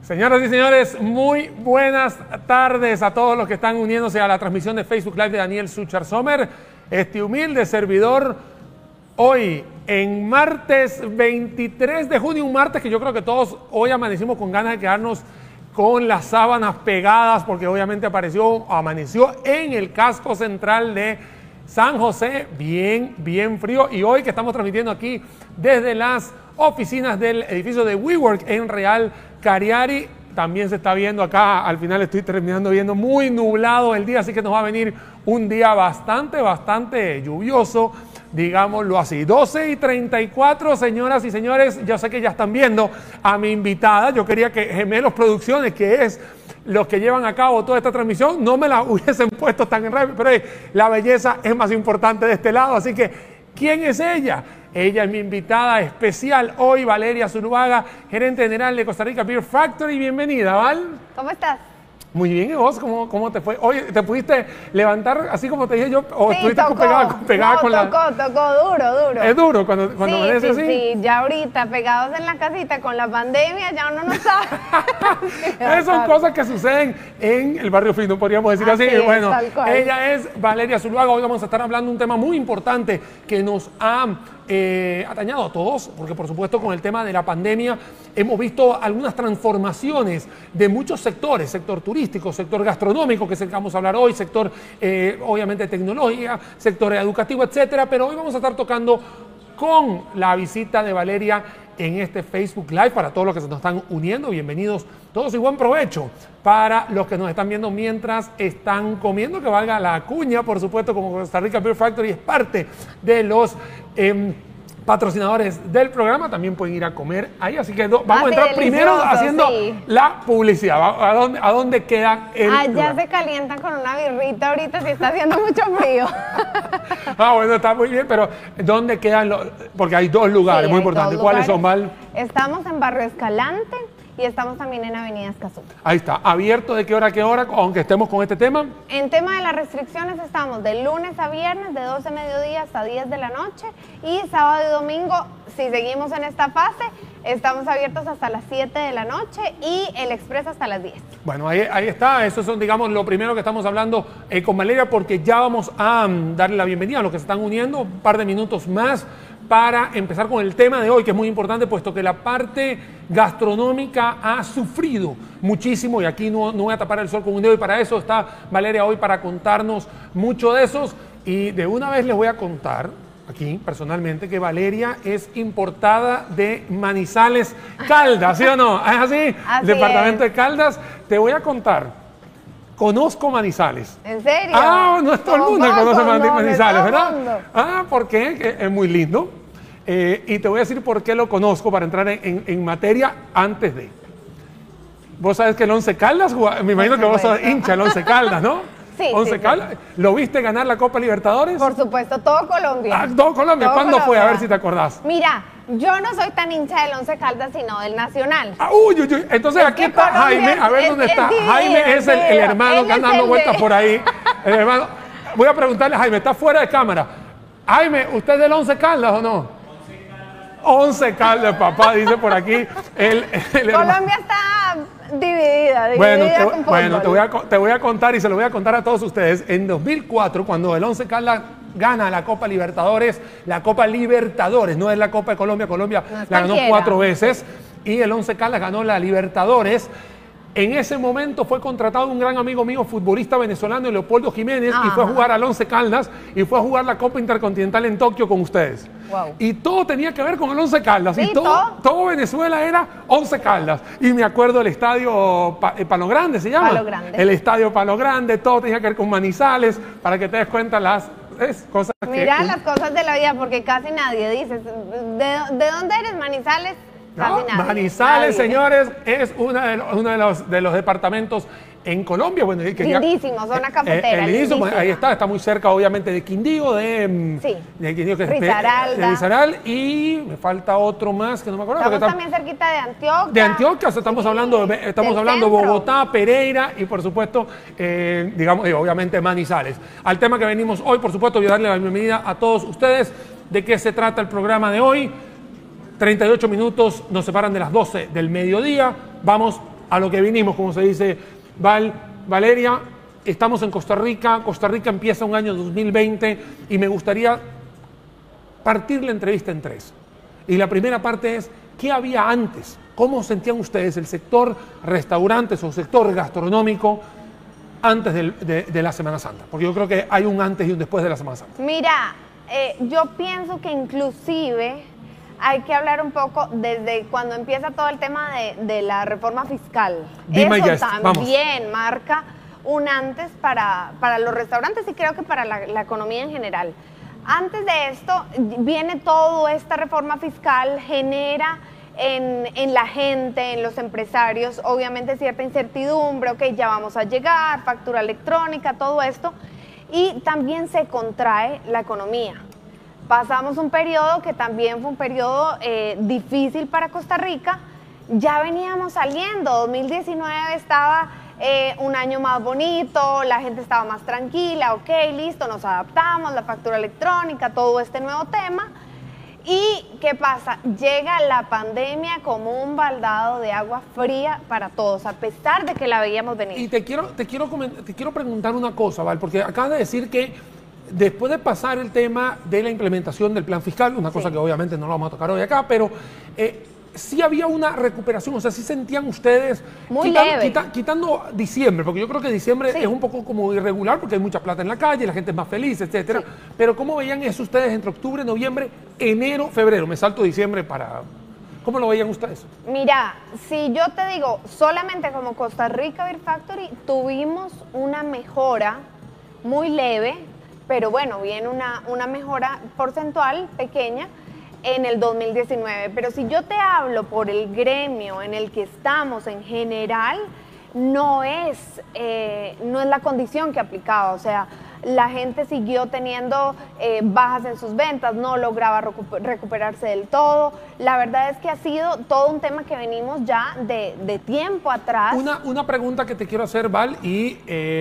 Señoras y señores, muy buenas tardes a todos los que están uniéndose a la transmisión de Facebook Live de Daniel Suchar Sommer. Este humilde servidor, hoy en martes 23 de junio, un martes que yo creo que todos hoy amanecimos con ganas de quedarnos con las sábanas pegadas, porque obviamente amaneció en el casco central de San José, bien frío. Y hoy que estamos transmitiendo aquí desde las oficinas del edificio de WeWork en Real Cariari, también se está viendo acá, al final estoy terminando viendo muy nublado el día, así que nos va a venir un día bastante lluvioso, digámoslo así. 12:34, señoras y señores, yo sé que ya están viendo a mi invitada. Yo quería que Gemelos Producciones, que es los que llevan a cabo toda esta transmisión, no me la hubiesen puesto tan rápido, pero la belleza es más importante de este lado, así que ¿quién es ella? Ella es mi invitada especial hoy, Valeria Zuluaga, gerente general de Costa Rica Beer Factory. Bienvenida, Val. ¿Cómo estás? Muy bien, ¿y vos? ¿Cómo te fue? Oye, ¿te pudiste levantar así como te dije yo? ¿O sí, estuviste pegada no, con tocó duro. ¿Es duro cuando sí, amanece así? Sí, ya ahorita pegados en la casita con la pandemia ya uno no sabe. Esas son cosas que suceden en el barrio fino, podríamos decir así. Es, bueno, ella es Valeria Zuluaga. Hoy vamos a estar hablando de un tema muy importante que nos ha atañado a todos, porque por supuesto con el tema de la pandemia hemos visto algunas transformaciones de muchos sectores, sector turístico, sector gastronómico, que es el que vamos a hablar hoy, sector obviamente tecnología, sector educativo, etcétera, pero hoy vamos a estar tocando con la visita de Valeria en este Facebook Live. Para todos los que se nos están uniendo, bienvenidos todos y buen provecho para los que nos están viendo mientras están comiendo, que valga la cuña, por supuesto, como Costa Rica Beer Factory es parte de los patrocinadores del programa, también pueden ir a comer ahí, así que vamos a entrar primero haciendo la publicidad. ¿A dónde queda el ya lugar? se calientan con una birrita ahorita si está haciendo mucho frío. Bueno, está muy bien, pero ¿dónde quedan porque hay dos lugares muy importantes? ¿Cuáles son, Val? Estamos en Barrio Escalante y estamos también en Avenida Escazú. Ahí está. ¿Abierto de qué hora a qué hora, aunque estemos con este tema? En tema de las restricciones estamos de lunes a viernes de 12 de mediodía hasta 10 de la noche y sábado y domingo, si seguimos en esta fase, estamos abiertos hasta las 7 de la noche y el express hasta las 10. Bueno, ahí está. Eso son, digamos, lo primero que estamos hablando con Valeria, porque ya vamos a darle la bienvenida a los que se están uniendo, un par de minutos más para empezar con el tema de hoy, que es muy importante, puesto que la parte gastronómica ha sufrido muchísimo, y aquí no voy a tapar el sol con un dedo, y para eso está Valeria hoy, para contarnos mucho de esos. Y de una vez les voy a contar aquí personalmente que Valeria es importada de Manizales, Caldas, ¿sí o no? ¿Es así? Así Departamento es. de Caldas. Te voy a contar. Conozco Manizales. ¿En serio? No es todo el mundo que conoce Manizales, ¿verdad? Mundo. Porque es muy lindo. Y te voy a decir por qué lo conozco para entrar en materia antes de. Vos sabés que el Once Caldas, me imagino que vos sos hincha del Once Caldas, ¿no? Sí. Once Caldas. ¿Lo viste ganar la Copa Libertadores? Por supuesto, todo Colombia. Todo Colombia. ¿Cuándo fue? A ver si te acordás. Mira, yo no soy tan hincha del Once Caldas, sino del Nacional. Entonces aquí está Jaime, a ver dónde está. Jaime es el hermano que anda dando vueltas por ahí. El hermano. Voy a preguntarle a Jaime, está fuera de cámara. Jaime, ¿usted es del Once Caldas o no? Once Caldas, papá, dice por aquí. Colombia está dividida Bueno, te voy a contar, y se lo voy a contar a todos ustedes. En 2004, cuando el Once Caldas gana la Copa Libertadores, no es la Copa de Colombia, Colombia la ganó 4 veces, y el Once Caldas ganó la Libertadores. En ese momento fue contratado un gran amigo mío, futbolista venezolano, Leopoldo Jiménez, y fue a jugar al Once Caldas y fue a jugar la Copa Intercontinental en Tokio con ustedes. Wow. Y todo tenía que ver con el Once Caldas. Sí, y todo Venezuela era Once Caldas. Y me acuerdo del estadio Palo Grande, ¿se llama? Palo Grande. El estadio Palo Grande, todo tenía que ver con Manizales, para que te des cuenta las cosas Mira las cosas de la vida, porque casi nadie dice, ¿de dónde eres, Manizales? Manizales, señores, es uno de los departamentos en Colombia. Bueno, lindísimo, zona cafetera. Ahí está muy cerca, obviamente, de Quindío, de Quindío, que Risaralda. De Risaralda, y me falta otro más que no me acuerdo. Estamos también cerquita de Antioquia. De Antioquia, o sea, estamos hablando de Bogotá, Pereira y, por supuesto, obviamente Manizales. Al tema que venimos hoy, por supuesto, voy a darle la bienvenida a todos ustedes. ¿De qué se trata el programa de hoy? 38 minutos nos separan de las 12 del mediodía. Vamos a lo que vinimos, como se dice, Valeria, estamos en Costa Rica empieza un año 2020 y me gustaría partir la entrevista en tres. Y la primera parte es, ¿qué había antes? ¿Cómo sentían ustedes el sector restaurantes o sector gastronómico antes de la Semana Santa? Porque yo creo que hay un antes y un después de la Semana Santa. Mira, yo pienso que inclusive hay que hablar un poco desde cuando empieza todo el tema de la reforma fiscal. Eso también marca un antes para los restaurantes y creo que para la economía en general. Antes de esto viene toda esta reforma fiscal, genera en la gente, en los empresarios, obviamente cierta incertidumbre, ok, ya vamos a llegar, factura electrónica, todo esto, y también se contrae la economía. Pasamos un periodo que también fue un periodo difícil para Costa Rica, ya veníamos saliendo, 2019 estaba un año más bonito, la gente estaba más tranquila, ok, listo, nos adaptamos, la factura electrónica, todo este nuevo tema. ¿Y qué pasa? Llega la pandemia como un baldado de agua fría para todos, a pesar de que la veíamos venir. Y te quiero preguntar una cosa, Val, porque acabas de decir que después de pasar el tema de la implementación del plan fiscal, una cosa que obviamente no lo vamos a tocar hoy acá, pero sí había una recuperación, o sea, sí sentían ustedes, muy leve, quitando diciembre, porque yo creo que diciembre es un poco como irregular, porque hay mucha plata en la calle, la gente es más feliz, etcétera, pero ¿cómo veían eso ustedes entre octubre, noviembre, enero, febrero? Me salto diciembre para... ¿Cómo lo veían ustedes? Mira, si yo te digo, solamente como Costa Rica Beer Factory tuvimos una mejora muy leve, pero bueno, viene una mejora porcentual pequeña en el 2019, pero si yo te hablo por el gremio en el que estamos en general, no es la condición que aplicaba, o sea, la gente siguió teniendo bajas en sus ventas, no lograba recuperarse del todo. La verdad es que ha sido todo un tema que venimos ya de tiempo atrás. Una pregunta que te quiero hacer, Val, y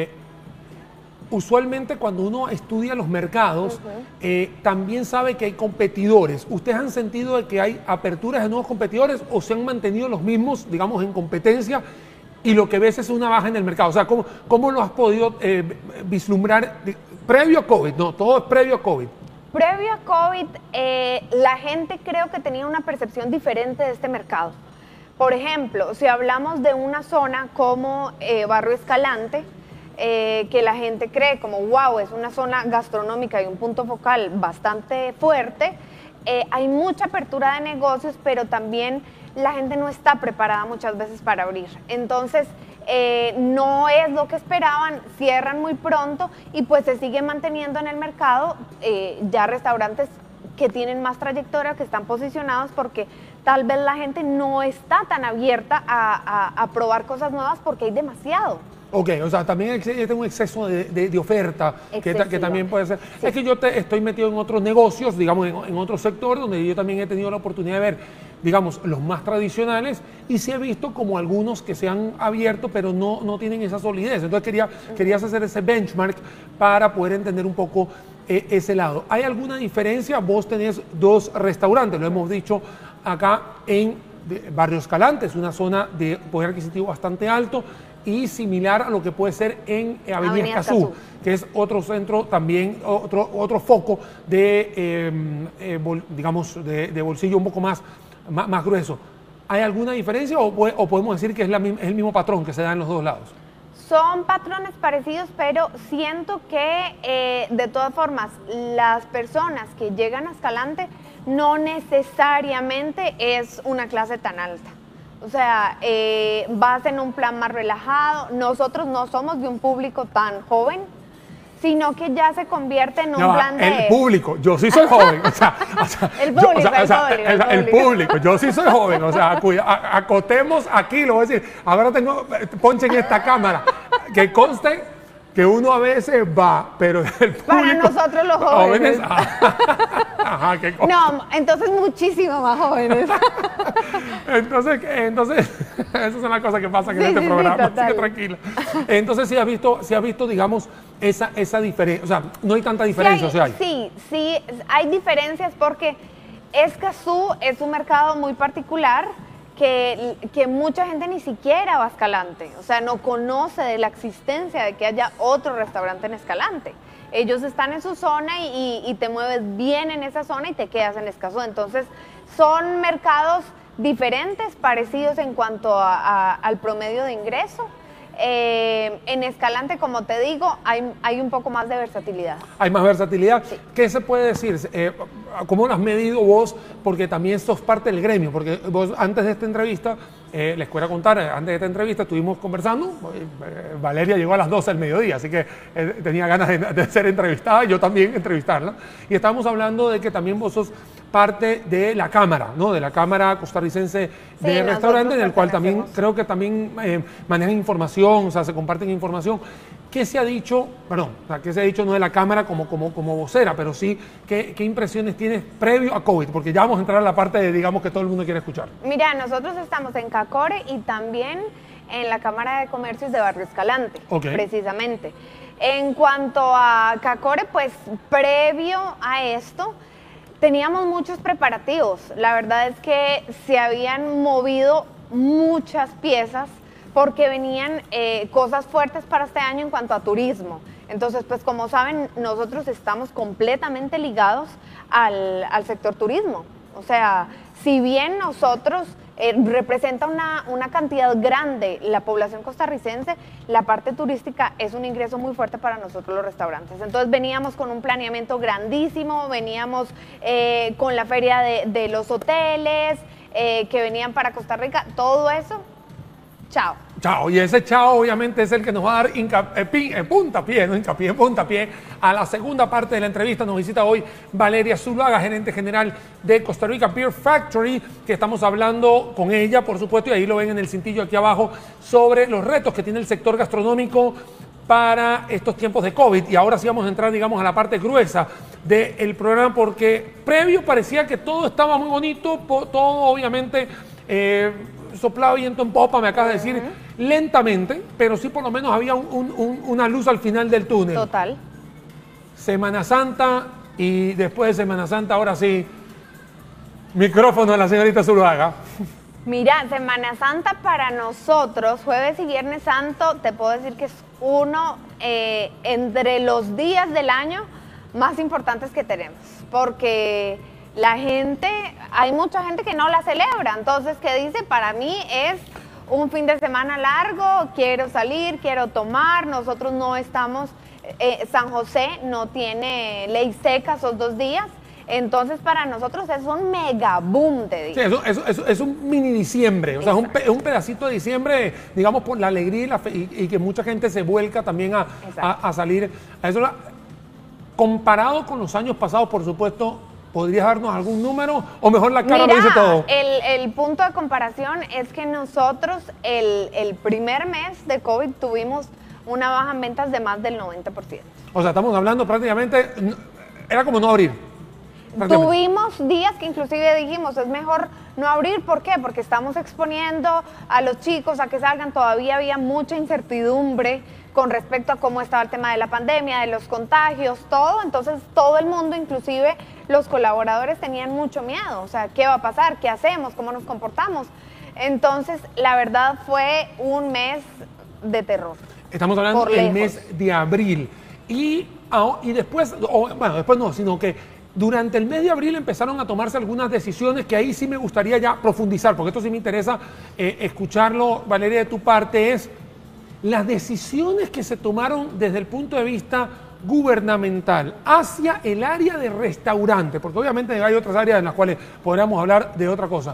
usualmente cuando uno estudia los mercados, también sabe que hay competidores. ¿Ustedes han sentido de que hay aperturas de nuevos competidores o se han mantenido los mismos, digamos, en competencia? Y lo que ves es una baja en el mercado. O sea, ¿cómo lo has podido vislumbrar previo a COVID? No, todo es previo a COVID. Previo a COVID, la gente creo que tenía una percepción diferente de este mercado. Por ejemplo, si hablamos de una zona como Barrio Escalante, que la gente cree como, wow, es una zona gastronómica y un punto focal bastante fuerte, hay mucha apertura de negocios, pero también la gente no está preparada muchas veces para abrir. Entonces, no es lo que esperaban, cierran muy pronto y pues se sigue manteniendo en el mercado ya restaurantes que tienen más trayectoria, que están posicionados porque tal vez la gente no está tan abierta a probar cosas nuevas porque hay demasiado. Ok, o sea, también hay un exceso de oferta que también puede ser. Sí. Es que yo estoy metido en otros negocios, digamos, en otro sector donde yo también he tenido la oportunidad de ver, digamos, los más tradicionales y sí he visto como algunos que se han abierto pero no tienen esa solidez. Entonces querías hacer ese benchmark para poder entender un poco ese lado. ¿Hay alguna diferencia? Vos tenés dos restaurantes, lo hemos dicho acá en Barrio Escalante, es una zona de poder adquisitivo bastante alto y similar a lo que puede ser en Avenida Escazú, que es otro centro también, otro foco de, digamos, de bolsillo un poco más grueso. ¿Hay alguna diferencia o podemos decir que es el mismo patrón que se da en los dos lados? Son patrones parecidos, pero siento que de todas formas las personas que llegan a Escalante no necesariamente es una clase tan alta. O sea, vas en un plan más relajado. Nosotros no somos de un público tan joven, sino que ya se convierte en un plan de... El público, yo sí soy joven. El público, yo sí soy joven. O sea, acotemos aquí, lo voy a decir. Ahora ponchen esta cámara. Que conste que uno a veces va, pero el público... Para nosotros los jóvenes. Ajá, qué cosa. No, entonces muchísimo más jóvenes. Entonces, esas son las cosas que pasan en este programa, así que tranquila. Entonces, si has visto, digamos, esa diferencia, o sea, no hay tanta diferencia, Sí, hay diferencias porque Escazú es un mercado muy particular que mucha gente ni siquiera va a Escalante, o sea, no conoce de la existencia de que haya otro restaurante en Escalante. Ellos están en su zona y te mueves bien en esa zona y te quedas en Escazú. Entonces, son mercados diferentes, parecidos en cuanto al promedio de ingreso. En Escalante, como te digo, hay un poco más de versatilidad. Hay más versatilidad. Sí. ¿Qué se puede decir? ¿Cómo lo has medido vos? Porque también sos parte del gremio, porque vos antes de esta entrevista, les quiero contar, antes de esta entrevista estuvimos conversando, Valeria llegó a las 12 del mediodía, así que tenía ganas de ser entrevistada, yo también entrevistarla, y estábamos hablando de que también vos sos parte de la Cámara, ¿no? De la Cámara Costarricense de Restaurantes, en el cual también creo que también manejan información, o sea, se comparten información. ¿Qué se ha dicho, perdón, o sea, qué se ha dicho no de la Cámara como vocera, pero sí, qué impresiones tienes previo a COVID? Porque ya vamos a entrar a la parte de, digamos, que todo el mundo quiere escuchar. Mira, nosotros estamos en CACORE y también en la Cámara de Comercios de Barrio Escalante, precisamente. En cuanto a CACORE, pues previo a esto, teníamos muchos preparativos. La verdad es que se habían movido muchas piezas porque venían cosas fuertes para este año en cuanto a turismo. Entonces, pues como saben, nosotros estamos completamente ligados al sector turismo. O sea, si bien nosotros representa una cantidad grande la población costarricense, la parte turística es un ingreso muy fuerte para nosotros los restaurantes. Entonces veníamos con un planeamiento grandísimo, veníamos con la feria de los hoteles que venían para Costa Rica, todo eso. Chao. Chao. Y ese chao obviamente es el que nos va a dar puntapié a la segunda parte de la entrevista. Nos visita hoy Valeria Zuluaga, gerente general de Costa Rica Beer Factory, que estamos hablando con ella, por supuesto, y ahí lo ven en el cintillo aquí abajo, sobre los retos que tiene el sector gastronómico para estos tiempos de COVID. Y ahora sí vamos a entrar, digamos, a la parte gruesa del programa, porque previo parecía que todo estaba muy bonito, todo obviamente soplaba viento en popa, me acabas de decir, lentamente, pero sí por lo menos había una luz al final del túnel. Total. Semana Santa, y después de Semana Santa, ahora sí, micrófono de la señorita Zuluaga. Mira, Semana Santa para nosotros, jueves y viernes santo, te puedo decir que es uno entre los días del año más importantes que tenemos, porque la gente, hay mucha gente que no la celebra, entonces que dice, para mí es un fin de semana largo, quiero salir, quiero tomar, nosotros no estamos, San José no tiene ley seca esos 2 días, entonces para nosotros es un mega boom, te digo. Sí, es un mini diciembre, o sea, es un pedacito de diciembre, digamos, por la alegría y que mucha gente se vuelca también a salir a eso. Comparado con los años pasados, por supuesto, ¿podrías darnos algún número o mejor la cara lo dice todo? El punto de comparación es que nosotros el primer mes de COVID tuvimos una baja en ventas de más del 90%. O sea, estamos hablando prácticamente, era como no abrir. Tuvimos días que inclusive dijimos, es mejor no abrir, ¿por qué? Porque estamos exponiendo a los chicos a que salgan, todavía había mucha incertidumbre con respecto a cómo estaba el tema de la pandemia, de los contagios, todo, entonces todo el mundo, inclusive los colaboradores tenían mucho miedo, o sea, ¿qué va a pasar? ¿Qué hacemos? ¿Cómo nos comportamos? Entonces, la verdad fue un mes de terror. Estamos hablando del mes de abril y después, bueno, después no, sino que durante el mes de abril empezaron a tomarse algunas decisiones que ahí sí me gustaría ya profundizar, porque esto sí me interesa escucharlo, Valeria, de tu parte, es las decisiones que se tomaron desde el punto de vista gubernamental hacia el área de restaurante, porque obviamente hay otras áreas en las cuales podríamos hablar de otra cosa.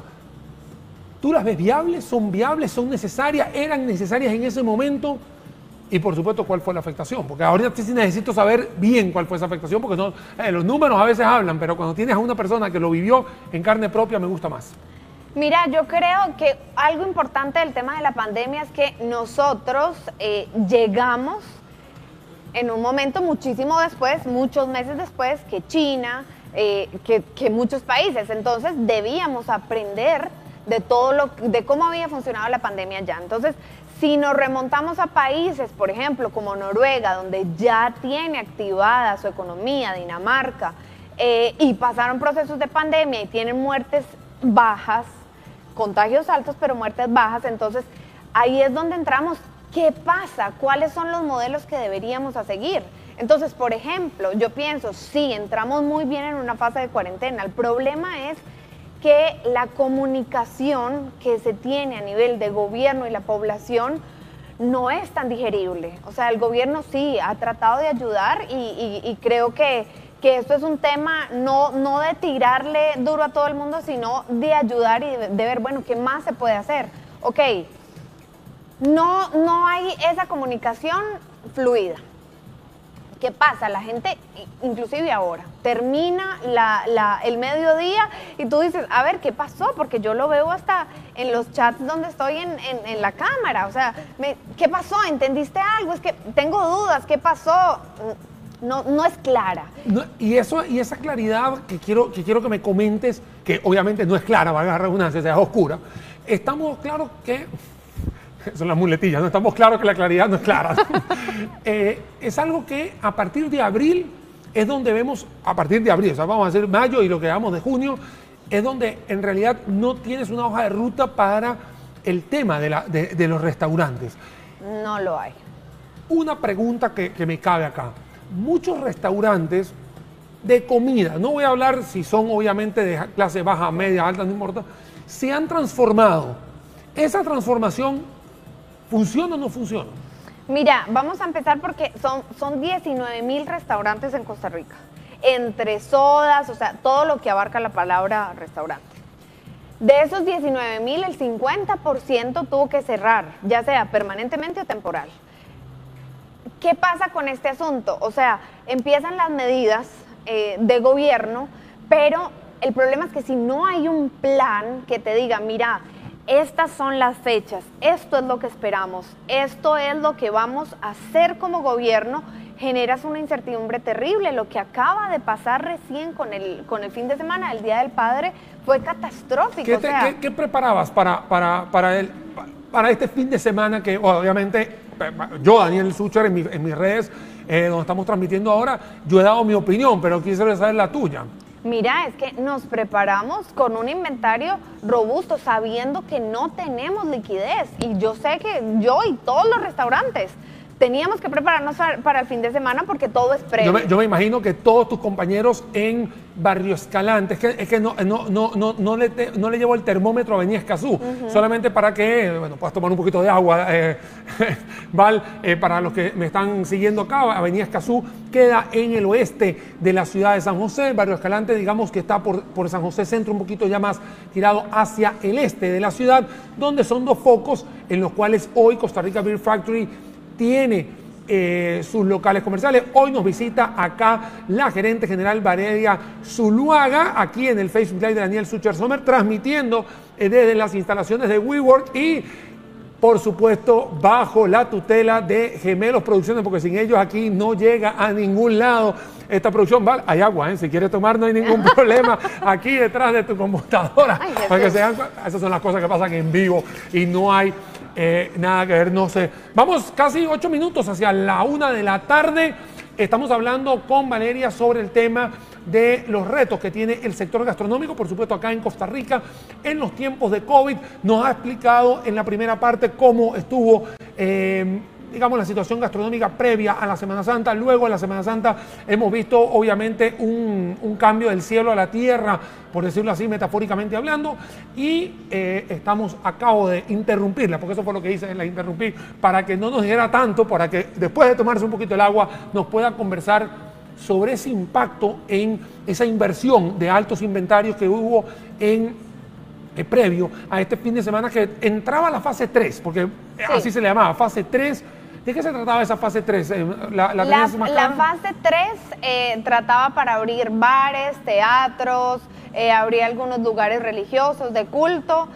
¿Tú las ves viables? ¿Son viables? ¿Son necesarias? ¿Eran necesarias en ese momento? Y por supuesto, ¿cuál fue la afectación? Porque ahorita sí necesito saber bien cuál fue esa afectación, porque no, los números a veces hablan, pero cuando tienes a una persona que lo vivió en carne propia, me gusta más. Mira, yo creo que algo importante del tema de la pandemia es que nosotros llegamos en un momento muchísimo después, muchos meses después, que China, que muchos países. Entonces debíamos aprender de cómo había funcionado la pandemia ya. Entonces, si nos remontamos a países, por ejemplo, como Noruega, donde ya tiene activada su economía, Dinamarca, y pasaron procesos de pandemia y tienen muertes bajas, contagios altos pero muertes bajas. Entonces ahí es donde entramos. ¿Qué pasa? ¿Cuáles son los modelos que deberíamos seguir? Entonces, por ejemplo, yo pienso, sí, entramos muy bien en una fase de cuarentena. El problema es que la comunicación que se tiene a nivel de gobierno y la población no es tan digerible. O sea, el gobierno sí ha tratado de ayudar y creo que esto es un tema no de tirarle duro a todo el mundo, sino de ayudar y de ver, bueno, ¿qué más se puede hacer? Ok, no hay esa comunicación fluida. ¿Qué pasa? La gente, inclusive ahora, termina el mediodía y tú dices, a ver, ¿qué pasó? Porque yo lo veo hasta en los chats donde estoy en la cámara. O sea, ¿qué pasó? ¿Entendiste algo? Es que tengo dudas, ¿qué pasó? No es clara. No, y esa claridad que quiero que me comentes, que obviamente no es clara, va a agarrar una necesidad oscura, estamos claros que... Son las muletillas, no estamos claros que la claridad no es clara. Es algo que a partir de abril es donde vemos, a partir de abril, o sea, vamos a hacer mayo y lo que damos de junio, es donde en realidad no tienes una hoja de ruta para el tema de los restaurantes. No lo hay. Una pregunta que me cabe acá. Muchos restaurantes de comida, no voy a hablar si son obviamente de clase baja, media, alta, no importa, se han transformado. Esa transformación, ¿funciona o no funciona? Mira, vamos a empezar porque son 19,000 restaurantes en Costa Rica, entre sodas, o sea, todo lo que abarca la palabra restaurante. De esos 19,000, el 50% tuvo que cerrar, ya sea permanentemente o temporal. ¿Qué pasa con este asunto? O sea, empiezan las medidas de gobierno, pero el problema es que si no hay un plan que te diga, mira, estas son las fechas, esto es lo que esperamos, esto es lo que vamos a hacer como gobierno, generas una incertidumbre terrible. Lo que acaba de pasar recién con el fin de semana, el Día del Padre, fue catastrófico. ¿Qué preparabas para este fin de semana que obviamente yo, Daniel Sucher, en mis redes, donde estamos transmitiendo ahora, yo he dado mi opinión, pero quisiera saber la tuya? Mira, es que nos preparamos con un inventario robusto, sabiendo que no tenemos liquidez. Y yo sé que yo y todos los restaurantes teníamos que prepararnos para el fin de semana porque todo es previo. Yo me imagino que todos tus compañeros en Barrio Escalante, es que no le llevo el termómetro a Avenida Escazú, solamente para que, bueno, puedas tomar un poquito de agua, Val, para los que me están siguiendo acá, Avenida Escazú queda en el oeste de la ciudad de San José. Barrio Escalante, digamos que está por San José Centro, un poquito ya más tirado hacia el este de la ciudad, donde son dos focos en los cuales hoy Costa Rica Beer Factory tiene sus locales comerciales. Hoy nos visita acá la gerente general Valeria Zuluaga, aquí en el Facebook Live de Daniel Sucher Sommer, transmitiendo desde las instalaciones de WeWork y, por supuesto, bajo la tutela de Gemelos Producciones, porque sin ellos aquí no llega a ningún lado esta producción. Vale, hay agua, si quieres tomar no hay ningún problema aquí detrás de tu computadora. Ay, para que sean, esas son las cosas que pasan en vivo y no hay nada que ver, no sé. Vamos casi 8 minutos hacia la 1 de la tarde. Estamos hablando con Valeria sobre el tema de los retos que tiene el sector gastronómico, por supuesto acá en Costa Rica, en los tiempos de COVID. Nos ha explicado en la primera parte cómo estuvo, digamos, la situación gastronómica previa a la Semana Santa. Luego, en la Semana Santa, hemos visto, obviamente, un cambio del cielo a la tierra, por decirlo así, metafóricamente hablando, y acabo de interrumpirla, porque eso fue lo que hice, la interrumpí, para que no nos diera tanto, para que después de tomarse un poquito el agua, nos pueda conversar sobre ese impacto en esa inversión de altos inventarios que hubo previo a este fin de semana, que entraba la fase 3, porque sí, así se le llamaba, fase 3. ¿De qué se trataba esa fase 3? La fase 3 trataba para abrir bares, teatros, abrir algunos lugares religiosos de culto,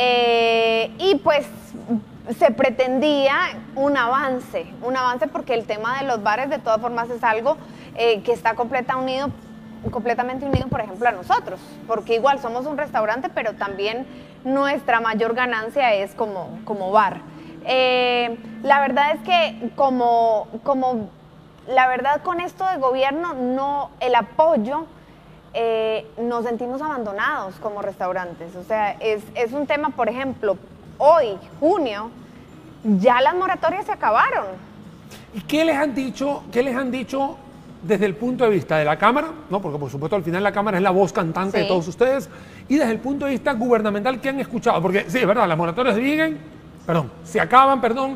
y pues se pretendía un avance porque el tema de los bares de todas formas es algo que está completamente unido, por ejemplo, a nosotros, porque igual somos un restaurante, pero también nuestra mayor ganancia es como bar. La verdad es que la verdad con esto de gobierno, el apoyo nos sentimos abandonados como restaurantes. O sea, es un tema, por ejemplo, hoy, junio, ya las moratorias se acabaron. ¿Y qué les han dicho desde el punto de vista de la Cámara? ¿No? Porque por supuesto al final la Cámara es la voz cantante de todos ustedes. Y desde el punto de vista gubernamental, ¿qué han escuchado? Porque sí, es verdad, las moratorias se acaban.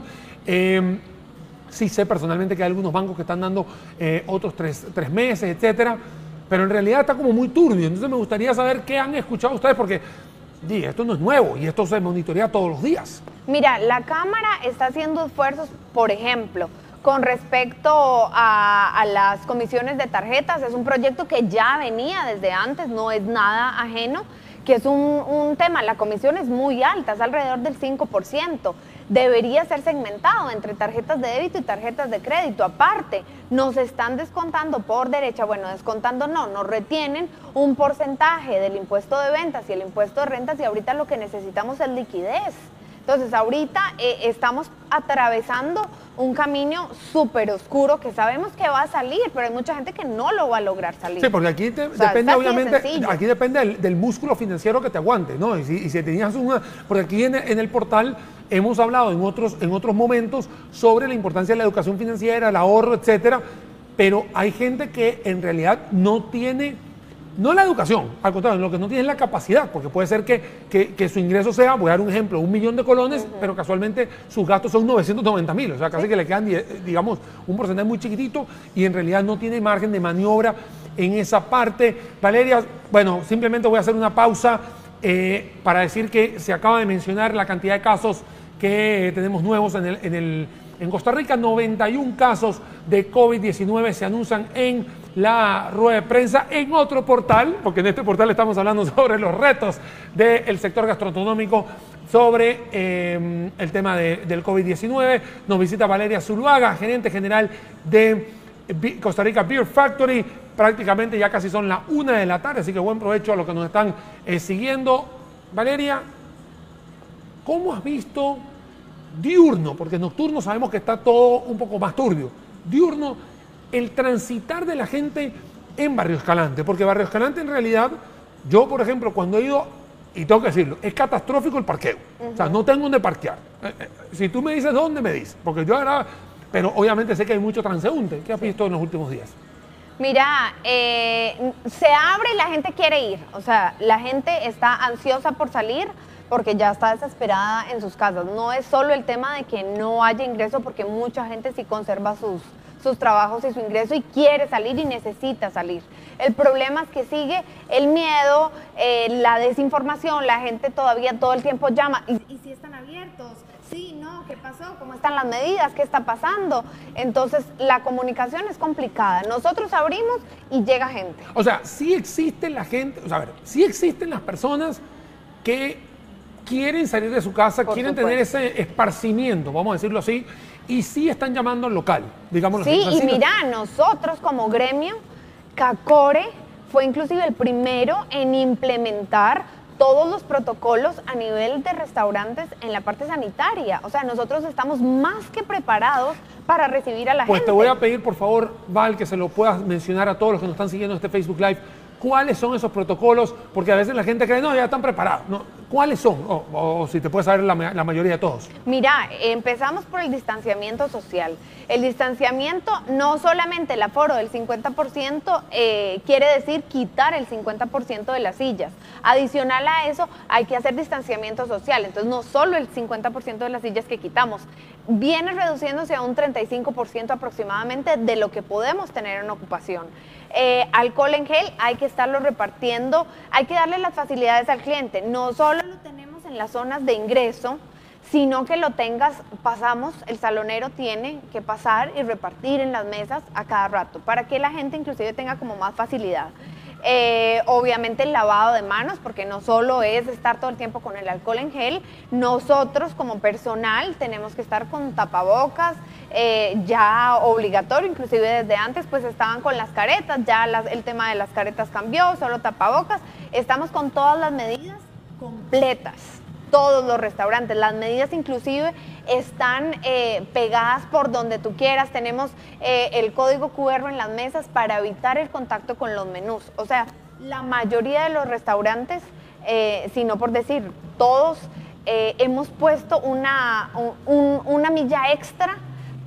Sí sé personalmente que hay algunos bancos que están dando otros tres meses, etcétera. Pero en realidad está como muy turbio. Entonces me gustaría saber qué han escuchado ustedes, porque esto no es nuevo y esto se monitorea todos los días. Mira, la Cámara está haciendo esfuerzos, por ejemplo, con respecto a las comisiones de tarjetas. Es un proyecto que ya venía desde antes, no es nada ajeno, que es un tema. La comisión es muy alta, es alrededor del 5%. Debería ser segmentado entre tarjetas de débito y tarjetas de crédito. Aparte, nos están descontando por derecha, bueno, descontando no, nos retienen un porcentaje del impuesto de ventas y el impuesto de rentas, y ahorita lo que necesitamos es liquidez. Entonces, ahorita estamos atravesando un camino súper oscuro que sabemos que va a salir, pero hay mucha gente que no lo va a lograr salir. Sí, porque aquí depende, obviamente, aquí depende del músculo financiero que te aguante, ¿no? Y si tenías porque aquí en el portal hemos hablado en otros momentos sobre la importancia de la educación financiera, el ahorro, etcétera, pero hay gente que en realidad no tiene... No la educación, al contrario, lo que no tiene es la capacidad, porque puede ser que su ingreso sea, voy a dar un ejemplo, 1 millón de colones, pero casualmente sus gastos son 990,000, o sea, casi que le quedan, digamos, un porcentaje muy chiquitito y en realidad no tiene margen de maniobra en esa parte. Valeria, bueno, simplemente voy a hacer una pausa para decir que se acaba de mencionar la cantidad de casos que tenemos nuevos en Costa Rica. 91 casos de COVID-19 se anuncian en la rueda de prensa en otro portal, porque en este portal estamos hablando sobre los retos del sector gastronómico, sobre el tema del COVID-19. Nos visita Valeria Zuluaga, gerente general de Costa Rica Beer Factory. Prácticamente ya casi son las 1 de la tarde, así que buen provecho a los que nos están siguiendo. Valeria, ¿cómo has visto diurno? Porque nocturno sabemos que está todo un poco más turbio. Diurno, el transitar de la gente en Barrio Escalante, porque Barrio Escalante en realidad, yo por ejemplo cuando he ido, y tengo que decirlo, es catastrófico el parqueo. O sea, no tengo dónde parquear. Si tú me dices dónde, me dices, porque yo ahora, pero obviamente sé que hay mucho transeúnte. ¿Qué has visto en los últimos días? Mira, se abre y la gente quiere ir, o sea, la gente está ansiosa por salir porque ya está desesperada en sus casas. No es solo el tema de que no haya ingreso, porque mucha gente sí conserva sus trabajos y su ingreso y quiere salir y necesita salir. El problema es que sigue el miedo, la desinformación, la gente todavía todo el tiempo llama. ¿Y si están abiertos? Sí, no, ¿qué pasó? ¿Cómo están las medidas? ¿Qué está pasando? Entonces, la comunicación es complicada. Nosotros abrimos y llega gente. O sea, sí existe la gente, o sea, a ver, sí existen las personas que quieren salir de su casa, quieren tener ese esparcimiento, vamos a decirlo así, y sí están llamando al local, digamos. Sí, y mira, nosotros como gremio, CACORE fue inclusive el primero en implementar todos los protocolos a nivel de restaurantes en la parte sanitaria. O sea, nosotros estamos más que preparados para recibir a la gente. Pues te voy a pedir, por favor, Val, que se lo puedas mencionar a todos los que nos están siguiendo en este Facebook Live. ¿Cuáles son esos protocolos? Porque a veces la gente cree, no, ya están preparados. No, ¿cuáles son? O si te puedes saber la mayoría de todos. Mira, empezamos por el distanciamiento social. El distanciamiento, no solamente el aforo del 50%, quiere decir quitar el 50% de las sillas. Adicional a eso, hay que hacer distanciamiento social. Entonces, no solo el 50% de las sillas que quitamos, viene reduciéndose a un 35% aproximadamente de lo que podemos tener en ocupación. Alcohol en gel hay que estarlo repartiendo, hay que darle las facilidades al cliente. No solo lo tenemos en las zonas de ingreso, sino que lo tengas, el salonero tiene que pasar y repartir en las mesas a cada rato, para que la gente inclusive tenga como más facilidad. Obviamente el lavado de manos, porque no solo es estar todo el tiempo con el alcohol en gel, nosotros como personal tenemos que estar con tapabocas, ya obligatorio, inclusive desde antes pues estaban con las caretas, ya el tema de las caretas cambió, solo tapabocas, estamos con todas las medidas completas. Todos los restaurantes, las medidas inclusive están pegadas por donde tú quieras. Tenemos el código QR en las mesas para evitar el contacto con los menús. O sea, La mayoría de los restaurantes, si no por decir todos, hemos puesto una milla extra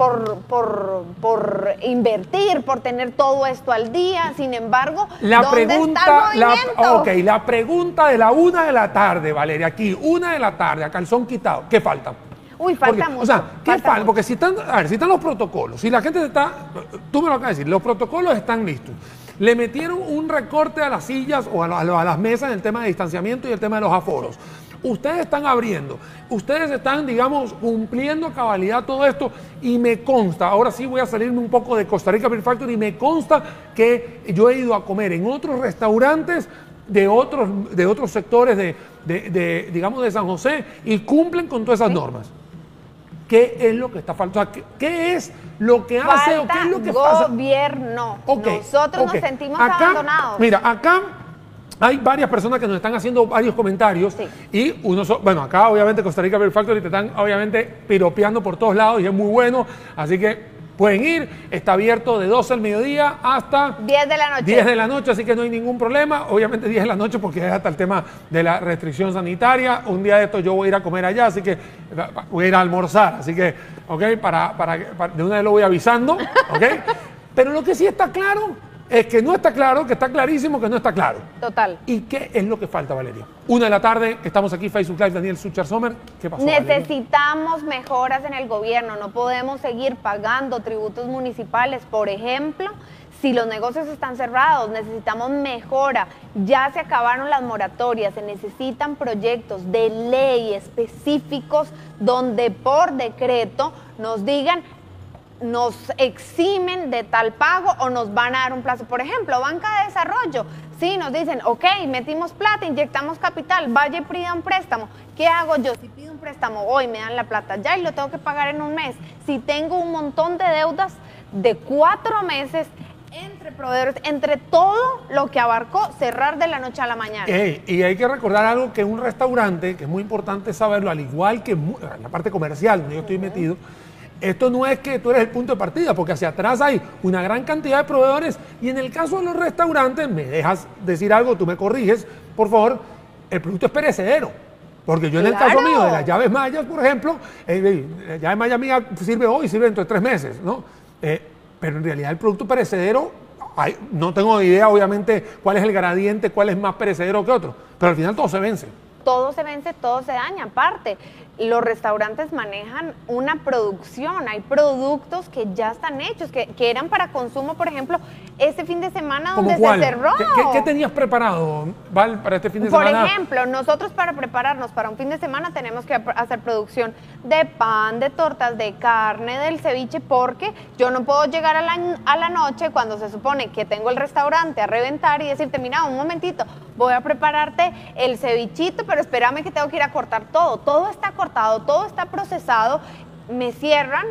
por invertir, por tener todo esto al día. Sin embargo, ¿dónde está el movimiento? La pregunta de la 1 de la tarde, Valeria, aquí, 1 de la tarde, a calzón quitado, ¿qué falta? Uy, falta mucho. O sea, ¿qué falta? Mucho. Porque si están los protocolos, si la gente está, tú me lo acabas de decir, los protocolos están listos. Le metieron un recorte a las sillas o a las mesas en el tema de distanciamiento y el tema de los aforos. Ustedes están abriendo, ustedes están, digamos, cumpliendo a cabalidad todo esto y me consta, ahora sí voy a salirme un poco de Costa Rica Beer Factory, y me consta que yo he ido a comer en otros restaurantes de otros sectores digamos, de San José y cumplen con todas esas normas. ¿Qué es lo que está faltando? ¿Qué es lo que hace o qué es lo que pasa? Gobierno. Nosotros nos sentimos abandonados. Mira, acá hay varias personas que nos están haciendo varios comentarios y bueno, acá obviamente Costa Rica Beer Factory te están obviamente piropeando por todos lados y es muy bueno, así que pueden ir, está abierto de 12 al mediodía hasta 10 de la noche. 10 de la noche, así que no hay ningún problema. Obviamente 10 de la noche porque es hasta el tema de la restricción sanitaria. Un día de esto yo voy a ir a comer allá, así que voy a ir a almorzar. Así que, ok, de una vez lo voy avisando, ok. Pero lo que sí está claro es que no está claro, que está clarísimo que no está claro. Total. ¿Y qué es lo que falta, Valeria? 1 de la tarde, estamos aquí, Facebook Live, Daniel Suchar Sommer. ¿Qué pasó, Necesitamos mejoras en el gobierno, no podemos seguir pagando tributos municipales. Por ejemplo, si los negocios están cerrados, necesitamos mejora. Ya se acabaron las moratorias, se necesitan proyectos de ley específicos donde por decreto nos digan, nos eximen de tal pago o nos van a dar un plazo. Por ejemplo, banca de desarrollo, sí, nos dicen, ok, metimos plata, inyectamos capital, vaya y pida un préstamo. ¿Qué hago yo? Si pido un préstamo hoy, me dan la plata ya y lo tengo que pagar en un mes. Si tengo un montón de deudas de 4 meses, entre proveedores, entre todo lo que abarcó cerrar de la noche a la mañana. Y hay que recordar algo que un restaurante, que es muy importante saberlo, al igual que en la parte comercial donde yo estoy metido, esto no es que tú eres el punto de partida, porque hacia atrás hay una gran cantidad de proveedores y en el caso de los restaurantes, me dejas decir algo, tú me corriges, por favor, el producto es perecedero. Porque yo en el caso mío de las llaves mayas, por ejemplo, la llave maya mía sirve hoy, sirve dentro de 3 meses, ¿no? Pero en realidad el producto perecedero, no tengo idea obviamente cuál es el gradiente, cuál es más perecedero que otro, pero al final todo se vence. Todo se vence, todo se daña. Aparte, los restaurantes manejan una producción, hay productos que ya están hechos, que eran para consumo, por ejemplo, este fin de semana donde se cerró. ¿Qué tenías preparado, Val, para este fin de semana? Por ejemplo, nosotros para prepararnos para un fin de semana tenemos que hacer producción de pan, de tortas, de carne, del ceviche, porque yo no puedo llegar a la noche cuando se supone que tengo el restaurante a reventar y decirte, mira, un momentito, voy a prepararte el cevichito, pero espérame que tengo que ir a cortar todo. Todo está cortado, todo está procesado, me cierran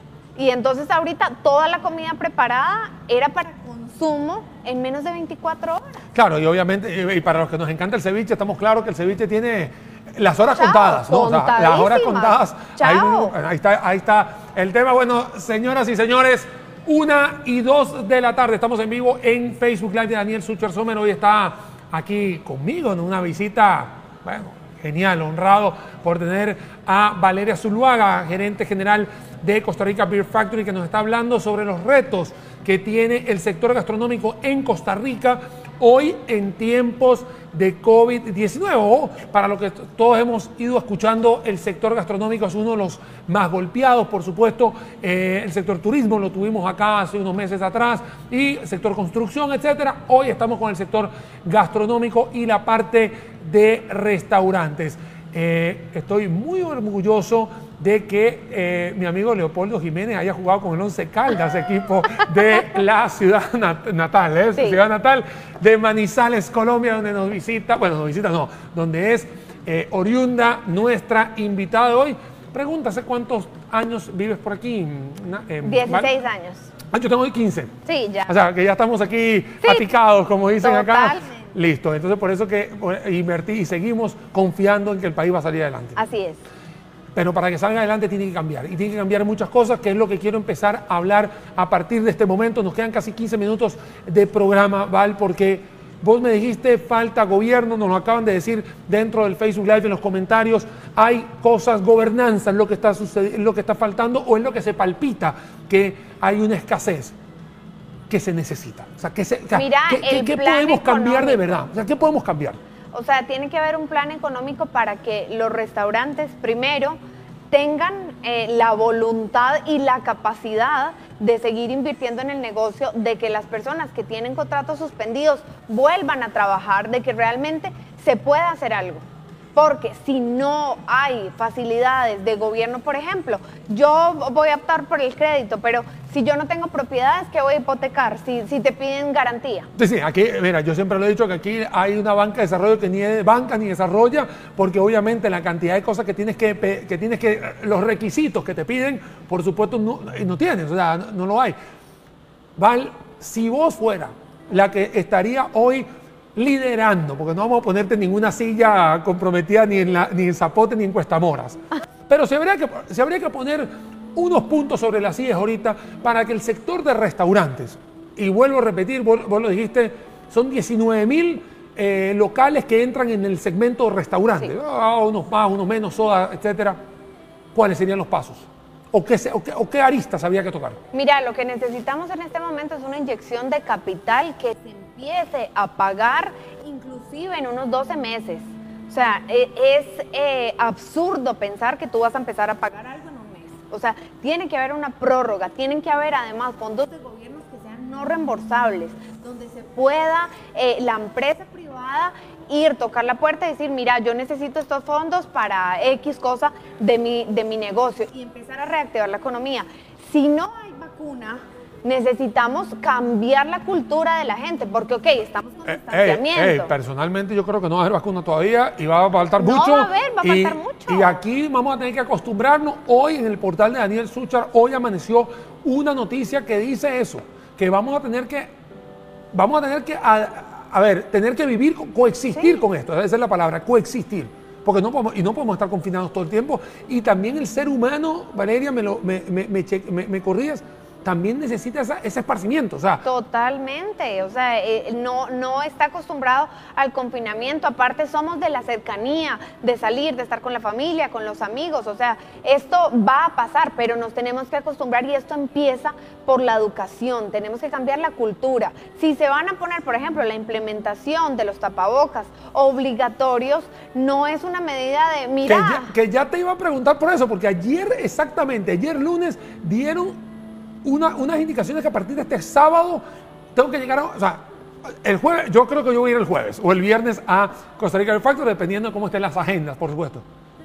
y entonces ahorita toda la comida preparada era para consumo en menos de 24 horas. Claro, y obviamente, y para los que nos encanta el ceviche, estamos claros que el ceviche tiene las horas contadas, ¿no? O sea, las horas contadas. Ahí está el tema. Bueno, señoras y señores, 1 y 2 de la tarde, estamos en vivo en Facebook Live de Daniel Suchar Sommer. Hoy está aquí conmigo en una visita, bueno, genial, honrado por tener a Valeria Zuluaga, gerente general de Costa Rica Beer Factory, que nos está hablando sobre los retos que tiene el sector gastronómico en Costa Rica hoy en tiempos de COVID-19. Para lo que todos hemos ido escuchando, el sector gastronómico es uno de los más golpeados, por supuesto. El sector turismo lo tuvimos acá hace unos meses atrás y el sector construcción, etcétera. Hoy estamos con el sector gastronómico y la parte de restaurantes. Estoy muy orgulloso de que mi amigo Leopoldo Jiménez haya jugado con el Once Caldas, equipo de la ciudad natal, sí, ciudad natal de Manizales, Colombia, donde nos visita, donde es oriunda nuestra invitada de hoy. Pregunta, ¿hace cuántos años vives por aquí? 16 años. Yo tengo hoy 15. Sí, ya. O sea, que ya estamos aquí aticados, como dicen acá. Listo, entonces por eso que invertí y seguimos confiando en que el país va a salir adelante. Así es. Pero para que salga adelante tiene que cambiar. Y tiene que cambiar muchas cosas, que es lo que quiero empezar a hablar a partir de este momento. Nos quedan casi 15 minutos de programa, Val, porque Vos me dijiste falta gobierno, nos lo acaban de decir dentro del Facebook Live en los comentarios. Hay cosas, gobernanza es lo que está sucediendo, lo que está faltando o es lo que se palpita que hay una escasez que se necesita. O sea, ¿qué podemos cambiar de verdad? O sea, ¿qué podemos cambiar? O sea, tiene que haber un plan económico para que los restaurantes primero tengan la voluntad y la capacidad de seguir invirtiendo en el negocio, de que las personas que tienen contratos suspendidos vuelvan a trabajar, de que realmente se pueda hacer algo. Porque si no hay facilidades de gobierno, por ejemplo, yo voy a optar por el crédito, pero si yo no tengo propiedades, ¿qué voy a hipotecar? Si te piden garantía. Sí, aquí, mira, yo siempre lo he dicho que aquí hay una banca de desarrollo que ni es banca ni desarrolla, porque obviamente la cantidad de cosas que tienes que los requisitos que te piden, por supuesto, no tienes, o sea, no lo hay. Val, si vos fuera la que estaría hoy liderando, porque no vamos a ponerte en ninguna silla comprometida ni en Zapote ni en Cuestamoras, pero se habría que poner unos puntos sobre las sillas ahorita para que el sector de restaurantes, y vuelvo a repetir, vos lo dijiste, son 19,000 locales que entran en el segmento de restaurantes, sí. Unos más, unos menos, soda, etcétera. ¿Cuáles serían los pasos? ¿O qué aristas había que tocar? Mira, lo que necesitamos en este momento es una inyección de capital que se empiece a pagar inclusive en unos 12 meses. O sea, es absurdo pensar que tú vas a empezar a pagar algo en un mes. O sea, tiene que haber una prórroga, tienen que haber además fondos de gobiernos que sean no reembolsables, donde se pueda la empresa privada ir, tocar la puerta y decir, mira, yo necesito estos fondos para X cosa de mi negocio y empezar a reactivar la economía. Si no hay vacuna, necesitamos cambiar la cultura de la gente, porque ok, estamos con distanciamiento. Personalmente yo creo que no va a haber vacuna todavía y va a faltar mucho. Va a faltar mucho. Y aquí vamos a tener que acostumbrarnos. Hoy en el portal de Daniel Suchar, hoy amaneció una noticia que dice eso, que vamos a tener que tener que vivir, coexistir con esto, esa es la palabra, coexistir, porque no podemos estar confinados todo el tiempo. Y también el ser humano, Valeria, me corrías, también necesita ese esparcimiento. O sea, totalmente, o sea, no está acostumbrado al confinamiento, aparte somos de la cercanía, de salir, de estar con la familia, con los amigos, o sea, esto va a pasar, pero nos tenemos que acostumbrar y esto empieza por la educación, tenemos que cambiar la cultura. Si se van a poner, por ejemplo, la implementación de los tapabocas obligatorios, no es una medida de, mira... Que ya te iba a preguntar por eso, porque ayer lunes, dieron unas indicaciones que a partir de este sábado tengo que llegar o sea, el jueves, yo creo que yo voy a ir el jueves o el viernes a Costa Rica Beer Factory, dependiendo de cómo estén las agendas, por supuesto.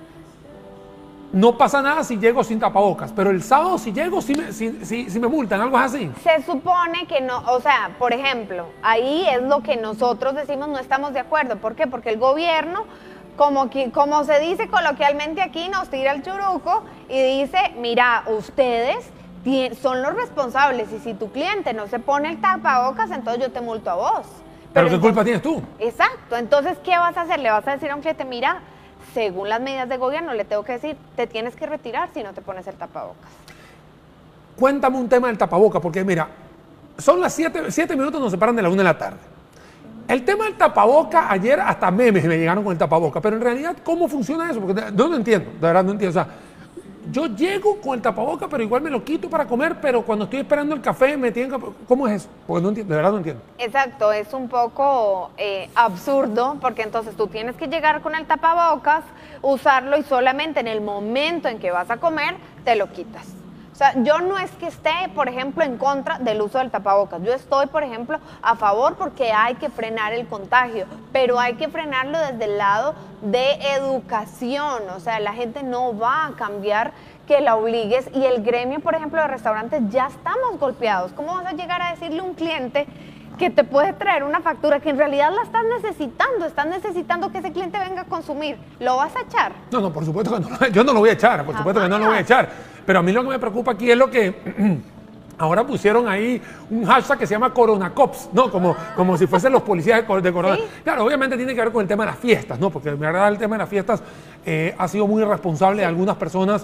No pasa nada si llego sin tapabocas, pero el sábado si llego, si me multan, algo así. Se supone que no, o sea, por ejemplo, ahí es lo que nosotros decimos no estamos de acuerdo. ¿Por qué? Porque el gobierno, como se dice coloquialmente aquí, nos tira el churuco y dice, mira, ustedes son los responsables y si tu cliente no se pone el tapabocas, entonces yo te multo a vos. Pero ¿qué culpa tienes tú? Exacto, entonces ¿qué vas a hacer? Le vas a decir a un cliente, mira, según las medidas de gobierno, le tengo que decir, te tienes que retirar si no te pones el tapabocas. Cuéntame un tema del tapabocas, porque mira, son las 7 minutos, nos separan de la 1 de la tarde. El tema del tapabocas, ayer hasta memes me llegaron con el tapabocas, pero en realidad, ¿cómo funciona eso? Porque no entiendo, de verdad no entiendo. O sea, yo llego con el tapabocas, pero igual me lo quito para comer, pero cuando estoy esperando el café me tienen que... ¿Cómo es eso? Porque no entiendo, de verdad no entiendo. Exacto, es un poco absurdo, porque entonces tú tienes que llegar con el tapabocas, usarlo y solamente en el momento en que vas a comer, te lo quitas. O sea, yo no es que esté, por ejemplo, en contra del uso del tapabocas. Yo estoy, por ejemplo, a favor porque hay que frenar el contagio, pero hay que frenarlo desde el lado de educación. O sea, la gente no va a cambiar que la obligues y el gremio, por ejemplo, de restaurantes ya estamos golpeados. ¿Cómo vas a llegar a decirle a un cliente que te puede traer una factura que en realidad la estás necesitando que ese cliente venga a consumir? ¿Lo vas a echar? No, por supuesto que no, yo no lo voy a echar, por supuesto que no lo voy a echar. Pero a mí lo que me preocupa aquí es lo que ahora pusieron ahí un hashtag que se llama Coronacops, ¿no? Como si fuesen los policías de Corona. ¿Sí? Claro, obviamente tiene que ver con el tema de las fiestas, ¿no? Porque en verdad el tema de las fiestas ha sido muy irresponsable de algunas personas,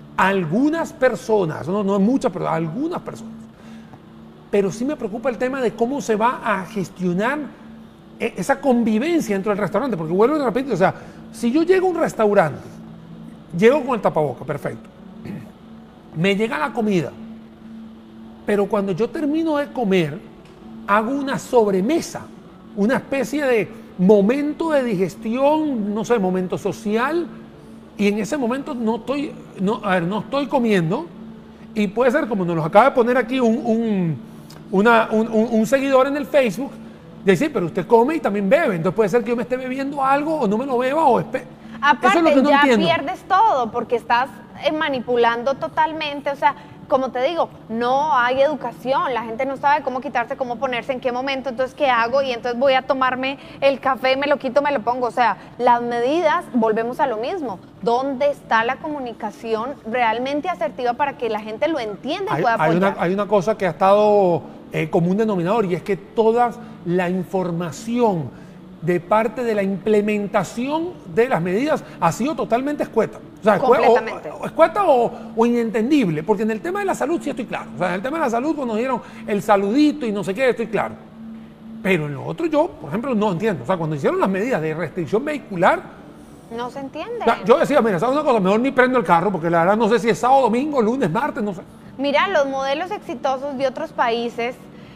no muchas, pero algunas personas. Pero sí me preocupa el tema de cómo se va a gestionar esa convivencia dentro del restaurante, porque vuelvo y repito, o sea, si yo llego a un restaurante, llego con el tapaboca, perfecto, me llega la comida, pero cuando yo termino de comer, hago una sobremesa, una especie de momento de digestión, no sé, momento social, y en ese momento no estoy comiendo, y puede ser como nos acaba de poner aquí un seguidor en el Facebook, decir, pero usted come y también bebe, entonces puede ser que yo me esté bebiendo algo o no me lo beba o aparte eso es lo que no ya entiendo. Pierdes todo porque estás manipulando totalmente, o sea, como te digo, no hay educación, la gente no sabe cómo quitarse, cómo ponerse, en qué momento, entonces qué hago y entonces voy a tomarme el café, me lo quito, me lo pongo, o sea, las medidas, volvemos a lo mismo, ¿dónde está la comunicación realmente asertiva para que la gente lo entienda y pueda apoyar? Hay una cosa que ha estado como un denominador y es que toda la información de parte de la implementación de las medidas ha sido totalmente escueta. O sea, escueta o inentendible, porque en el tema de la salud sí estoy claro. O sea, en el tema de la salud cuando nos dieron el saludito y no sé qué, estoy claro. Pero en lo otro yo, por ejemplo, no entiendo. O sea, cuando hicieron las medidas de restricción vehicular, no se entiende. O sea, yo decía, mira, ¿sabes una cosa? Mejor ni prendo el carro, porque la verdad no sé si es sábado, domingo, lunes, martes, no sé. Mira, los modelos exitosos de otros países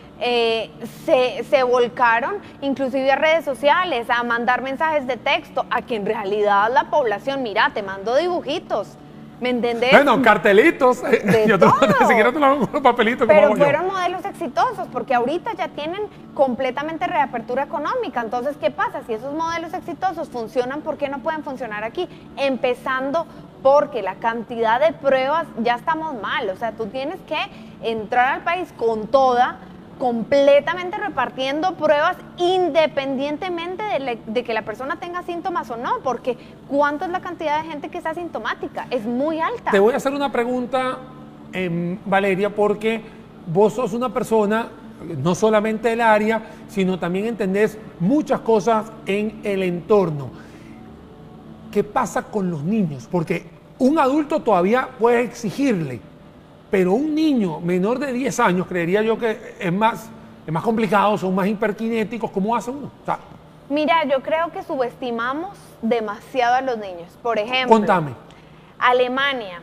se volcaron inclusive a redes sociales, a mandar mensajes de texto, a que en realidad la población, mira, te mando dibujitos, ¿me entendés? Bueno, cartelitos, yo ni siquiera te lo hago con los papelitos. Pero como fueron modelos exitosos, porque ahorita ya tienen completamente reapertura económica, entonces, ¿qué pasa? Si esos modelos exitosos funcionan, ¿por qué no pueden funcionar aquí? Empezando porque la cantidad de pruebas ya estamos mal, o sea, tú tienes que entrar al país con toda, completamente repartiendo pruebas independientemente de que la persona tenga síntomas o no, porque ¿cuánto es la cantidad de gente que es asintomática? Es muy alta. Te voy a hacer una pregunta, Valeria, porque vos sos una persona, no solamente del área, sino también entendés muchas cosas en el entorno. ¿Qué pasa con los niños? Porque un adulto todavía puede exigirle, pero un niño menor de 10 años, creería yo que es más complicado, son más hiperkinéticos. ¿Cómo hace uno? O sea, mira, yo creo que subestimamos demasiado a los niños. Por ejemplo, contame. Alemania,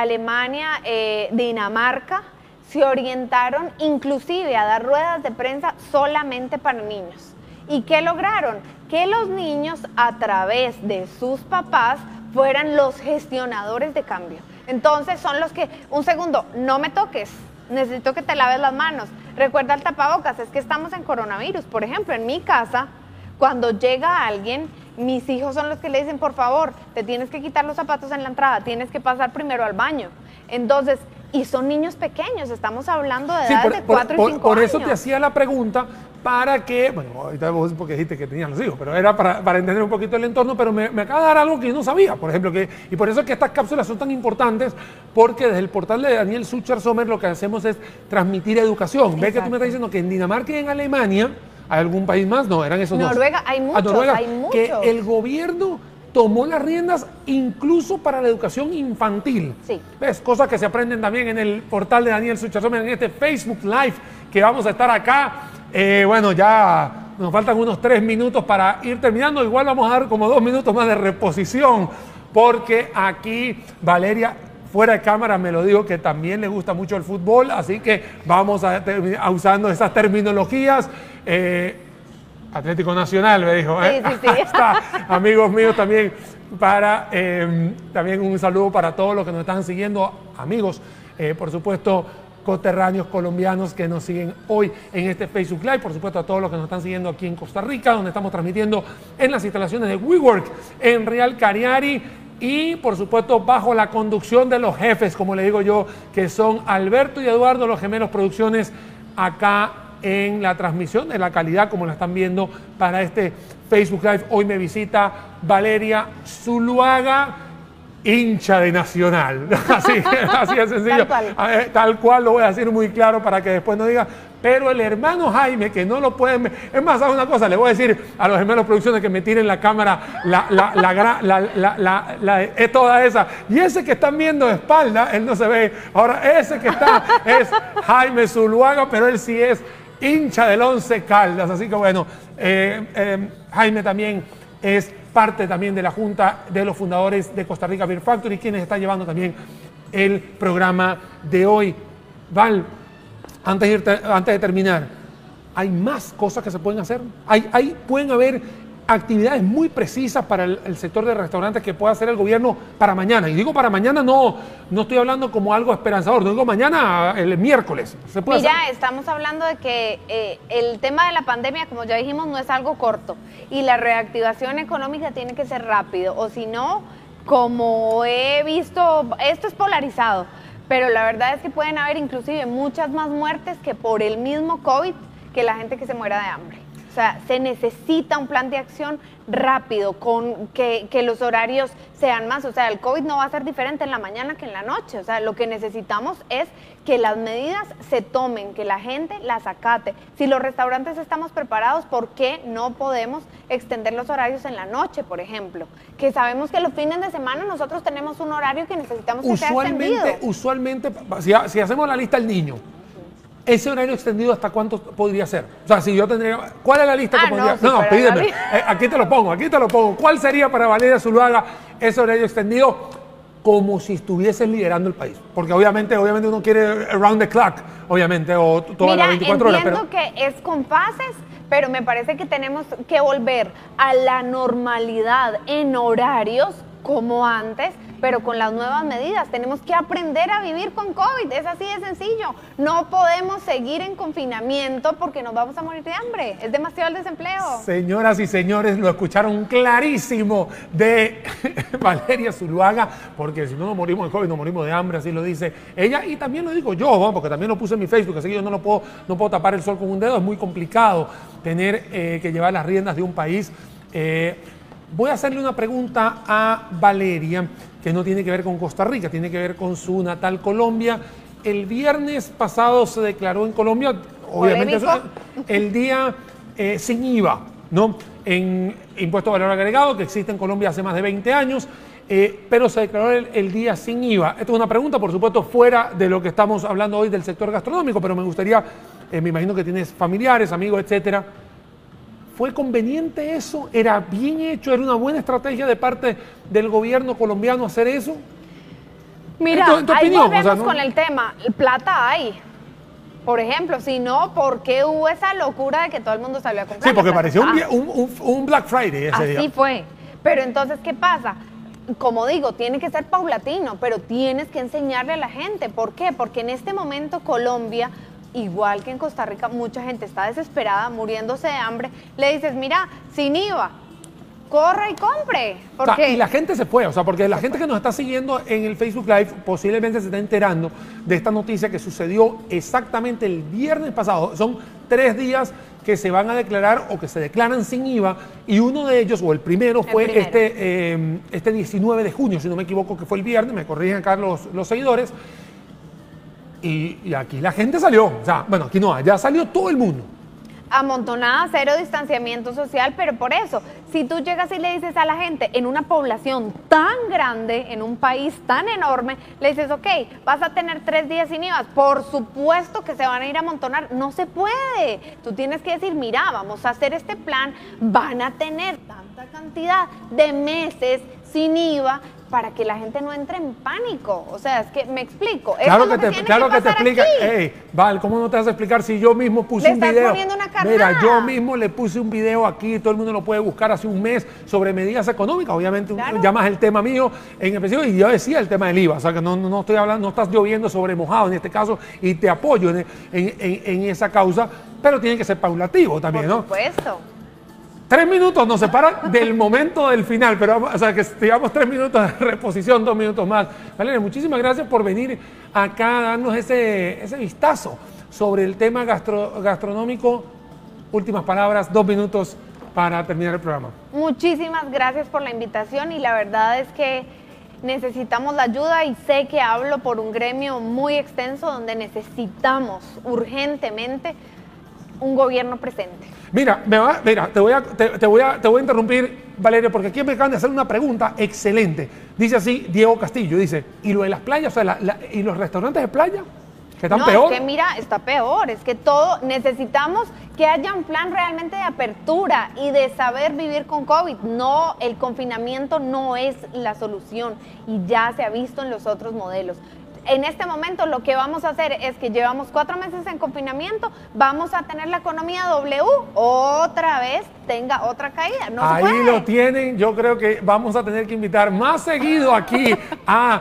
Dinamarca, se orientaron inclusive a dar ruedas de prensa solamente para niños. ¿Y qué lograron? Que los niños, a través de sus papás, fueran los gestionadores de cambio. Entonces son los que, un segundo, no me toques, necesito que te laves las manos. Recuerda el tapabocas, es que estamos en coronavirus. Por ejemplo, en mi casa, cuando llega alguien, mis hijos son los que le dicen, por favor, te tienes que quitar los zapatos en la entrada, tienes que pasar primero al baño. Entonces, y son niños pequeños, estamos hablando de edades de 4 y 5 años. Por eso te hacía la pregunta, para que, bueno, ahorita vos porque dijiste que tenías los hijos, pero era para entender un poquito el entorno, pero me acaba de dar algo que yo no sabía, por ejemplo, y por eso es que estas cápsulas son tan importantes, porque desde el portal de Daniel Suchar Sommer lo que hacemos es transmitir educación. Exacto. Ve que tú me estás diciendo que en Dinamarca y en Alemania, ¿hay algún país más? No, eran esos Noruega, dos. Hay muchos, Noruega, hay muchos. Que el gobierno tomó las riendas incluso para la educación infantil. Sí. ¿Ves? Cosas que se aprenden también en el portal de Daniel Suchar Sommer, en este Facebook Live, que vamos a estar acá. Bueno, ya nos faltan unos 3 minutos para ir terminando. Igual vamos a dar como 2 minutos más de reposición, porque aquí Valeria, fuera de cámara, me lo dijo que también le gusta mucho el fútbol, así que vamos a usando esas terminologías. Atlético Nacional, me dijo. Sí. Está, amigos míos también, también un saludo para todos los que nos están siguiendo, amigos, por supuesto, coterráneos colombianos que nos siguen hoy en este Facebook Live, por supuesto a todos los que nos están siguiendo aquí en Costa Rica, donde estamos transmitiendo en las instalaciones de WeWork en Real Cariari, y por supuesto bajo la conducción de los jefes, como le digo yo, que son Alberto y Eduardo, los gemelos producciones, acá en la transmisión de la calidad, como la están viendo para este Facebook Live. Hoy me visita Valeria Zuluaga, hincha de Nacional. Así de sencillo. Tal cual, lo voy a decir muy claro para que después no diga, pero el hermano Jaime, que no lo pueden ver. Es más, ¿sabes una cosa? Le voy a decir a los gemelos producciones que me tiren la cámara, es toda esa. Y ese que están viendo de espalda, él no se ve. Ahora, ese que está es Jaime Zuluaga, pero él sí es hincha del Once Caldas, así que bueno, Jaime también es parte también de la Junta de los fundadores de Costa Rica Beer Factory, quienes están llevando también el programa de hoy. Val, antes de terminar, ¿hay más cosas que se pueden hacer? Pueden haber actividades muy precisas para el sector de restaurantes que pueda hacer el gobierno para mañana. Y digo para mañana, no estoy hablando como algo esperanzador, no digo mañana, el miércoles. ¿Se puede Mira, hacer? estamos hablando de que el tema de la pandemia, como ya dijimos, no es algo corto. Y la reactivación económica tiene que ser rápido. O si no, como he visto, esto es polarizado. Pero la verdad es que pueden haber inclusive muchas más muertes que por el mismo COVID que la gente que se muera de hambre. O sea, se necesita un plan de acción rápido, con que los horarios sean más. O sea, el COVID no va a ser diferente en la mañana que en la noche. O sea, lo que necesitamos es que las medidas se tomen, que la gente las acate. Si los restaurantes estamos preparados, ¿por qué no podemos extender los horarios en la noche, por ejemplo? Que sabemos que los fines de semana nosotros tenemos un horario que necesitamos que sea extendido. Usualmente, si hacemos la lista del niño, ¿ese horario extendido hasta cuánto podría ser? O sea, si yo tendría... ¿Cuál es la lista que podría...? No, pídeme. Aquí te lo pongo. ¿Cuál sería para Valeria Zuluaga ese horario extendido? Como si estuvieses liderando el país. Porque obviamente uno quiere around the clock, obviamente, o todas las 24 horas. Entiendo que es con fases, pero me parece que tenemos que volver a la normalidad en horarios como antes, pero con las nuevas medidas. Tenemos que aprender a vivir con COVID, es así de sencillo. No podemos seguir en confinamiento porque nos vamos a morir de hambre. Es demasiado el desempleo. Señoras y señores, lo escucharon clarísimo de Valeria Zuluaga, porque si no nos morimos de COVID, nos morimos de hambre, así lo dice ella. Y también lo digo yo, ¿no? Porque también lo puse en mi Facebook, así que yo no puedo tapar el sol con un dedo. Es muy complicado tener que llevar las riendas de un país. Voy a hacerle una pregunta a Valeria, que no tiene que ver con Costa Rica, tiene que ver con su natal Colombia. El viernes pasado se declaró en Colombia, obviamente, el día sin IVA, ¿no? En impuesto de valor agregado, que existe en Colombia hace más de 20 años, pero se declaró el día sin IVA. Esto es una pregunta, por supuesto, fuera de lo que estamos hablando hoy del sector gastronómico, pero me gustaría, me imagino que tienes familiares, amigos, etcétera. ¿Fue conveniente eso? ¿Era bien hecho? ¿Era una buena estrategia de parte del gobierno colombiano hacer eso? Mira, ahí volvemos con el tema. Plata hay. Por ejemplo, si no, ¿por qué hubo esa locura de que todo el mundo salió a comprar? Sí, porque pareció un Black Friday ese día. Así fue. Pero entonces, ¿qué pasa? Como digo, tiene que ser paulatino, pero tienes que enseñarle a la gente. ¿Por qué? Porque en este momento Colombia, igual que en Costa Rica, mucha gente está desesperada, muriéndose de hambre. Le dices, mira, sin IVA, corre y compre. O sea, y la gente se fue, o sea, porque la gente que nos está siguiendo en el Facebook Live posiblemente se está enterando de esta noticia que sucedió exactamente el viernes pasado. Son 3 días que se van a declarar o que se declaran sin IVA, y uno de ellos, o el primero, fue este 19 de junio, si no me equivoco, que fue el viernes, me corrigen acá los seguidores. Y aquí la gente salió, o sea, bueno, aquí no, allá salió todo el mundo. Amontonada, 0 distanciamiento social, pero por eso, si tú llegas y le dices a la gente en una población tan grande, en un país tan enorme, le dices, ok, vas a tener 3 días sin IVA, por supuesto que se van a ir a amontonar, no se puede. Tú tienes que decir, mira, vamos a hacer este plan, van a tener tanta cantidad de meses sin IVA, para que la gente no entre en pánico. O sea, es que me explico. Claro que te explica. Hey, Val, ¿cómo no te vas a explicar si yo mismo puse un video? Le estás poniendo una carnada. Mira, yo mismo le puse un video aquí, todo el mundo lo puede buscar hace un mes, sobre medidas económicas. Obviamente, claro, llamas el tema mío en específico, y yo decía el tema del IVA. O sea, que no estoy hablando, no estás lloviendo sobre mojado en este caso, y te apoyo en esa causa, pero tiene que ser paulativo también, ¿no? Por supuesto. 3 minutos nos separan del momento del final, pero o sea, que digamos 3 minutos de reposición, 2 minutos más. Valeria, muchísimas gracias por venir acá a darnos ese vistazo sobre el tema gastronómico. Últimas palabras, 2 minutos para terminar el programa. Muchísimas gracias por la invitación, y la verdad es que necesitamos la ayuda, y sé que hablo por un gremio muy extenso donde necesitamos urgentemente un gobierno presente. Mira, te voy a interrumpir, Valeria, porque aquí me acaban de hacer una pregunta excelente. Dice así Diego Castillo, dice, ¿y lo de las playas, o sea, y los restaurantes de playa? ¿Que están no, peor? es que mira, está peor, es que todo, necesitamos que haya un plan realmente de apertura y de saber vivir con COVID. No, el confinamiento no es la solución y ya se ha visto en los otros modelos. En este momento lo que vamos a hacer es que llevamos 4 meses en confinamiento, vamos a tener la economía W, otra vez tenga otra caída. No Ahí se puede. lo tienen, yo creo que vamos a tener que invitar más seguido aquí a...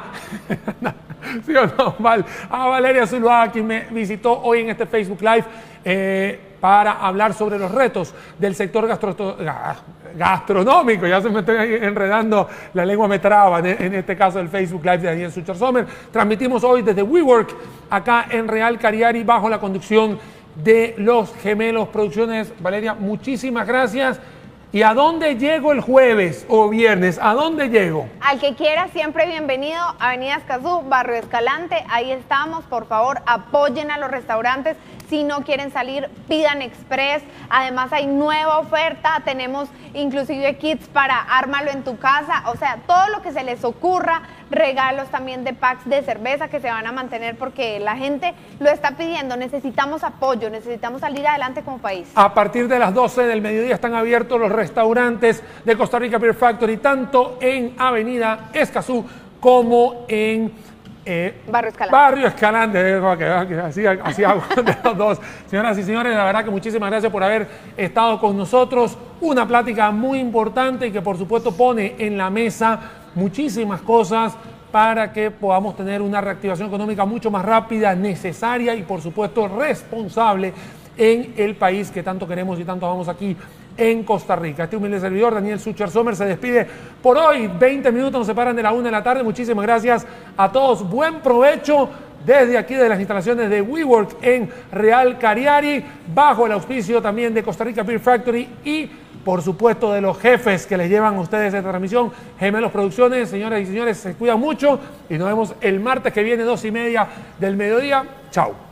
¿Sí o no, Val? A Valeria Zuluaga, quien me visitó hoy en este Facebook Live para hablar sobre los retos del sector gastronómico. Ya se me estoy enredando, la lengua me traba en este caso del Facebook Live de Daniel Suchar Sommer. Transmitimos hoy desde WeWork, acá en Real Cariari, bajo la conducción de los Gemelos Producciones. Valeria, muchísimas gracias. ¿Y a dónde llego el jueves o viernes? ¿A dónde llego? Al que quiera, siempre bienvenido. Avenida Escazú, Barrio Escalante, ahí estamos. Por favor, apoyen a los restaurantes. Si no quieren salir, pidan express. Además, hay nueva oferta. Tenemos inclusive kits para ármalo en tu casa. O sea, todo lo que se les ocurra. Regalos también de packs de cerveza que se van a mantener porque la gente lo está pidiendo. Necesitamos apoyo, necesitamos salir adelante como país. A partir de las 12 del mediodía están abiertos los restaurantes de Costa Rica Beer Factory, tanto en Avenida Escazú como en Barrio Escalante. Barrio Escalante, así hago de los dos. Señoras y señores, la verdad que muchísimas gracias por haber estado con nosotros. Una plática muy importante y que por supuesto pone en la mesa muchísimas cosas para que podamos tener una reactivación económica mucho más rápida, necesaria y por supuesto responsable en el país que tanto queremos y tanto amamos aquí en Costa Rica. Este humilde servidor, Daniel Suchar Sommer, se despide por hoy. 20 minutos nos separan de la 1 de la tarde. Muchísimas gracias a todos. Buen provecho desde aquí de las instalaciones de WeWork en Real Cariari, bajo el auspicio también de Costa Rica Beer Factory y por supuesto de los jefes que les llevan a ustedes esta transmisión, Gemelos Producciones. Señoras y señores, se cuidan mucho y nos vemos el martes que viene, 2:30 del mediodía. Chao.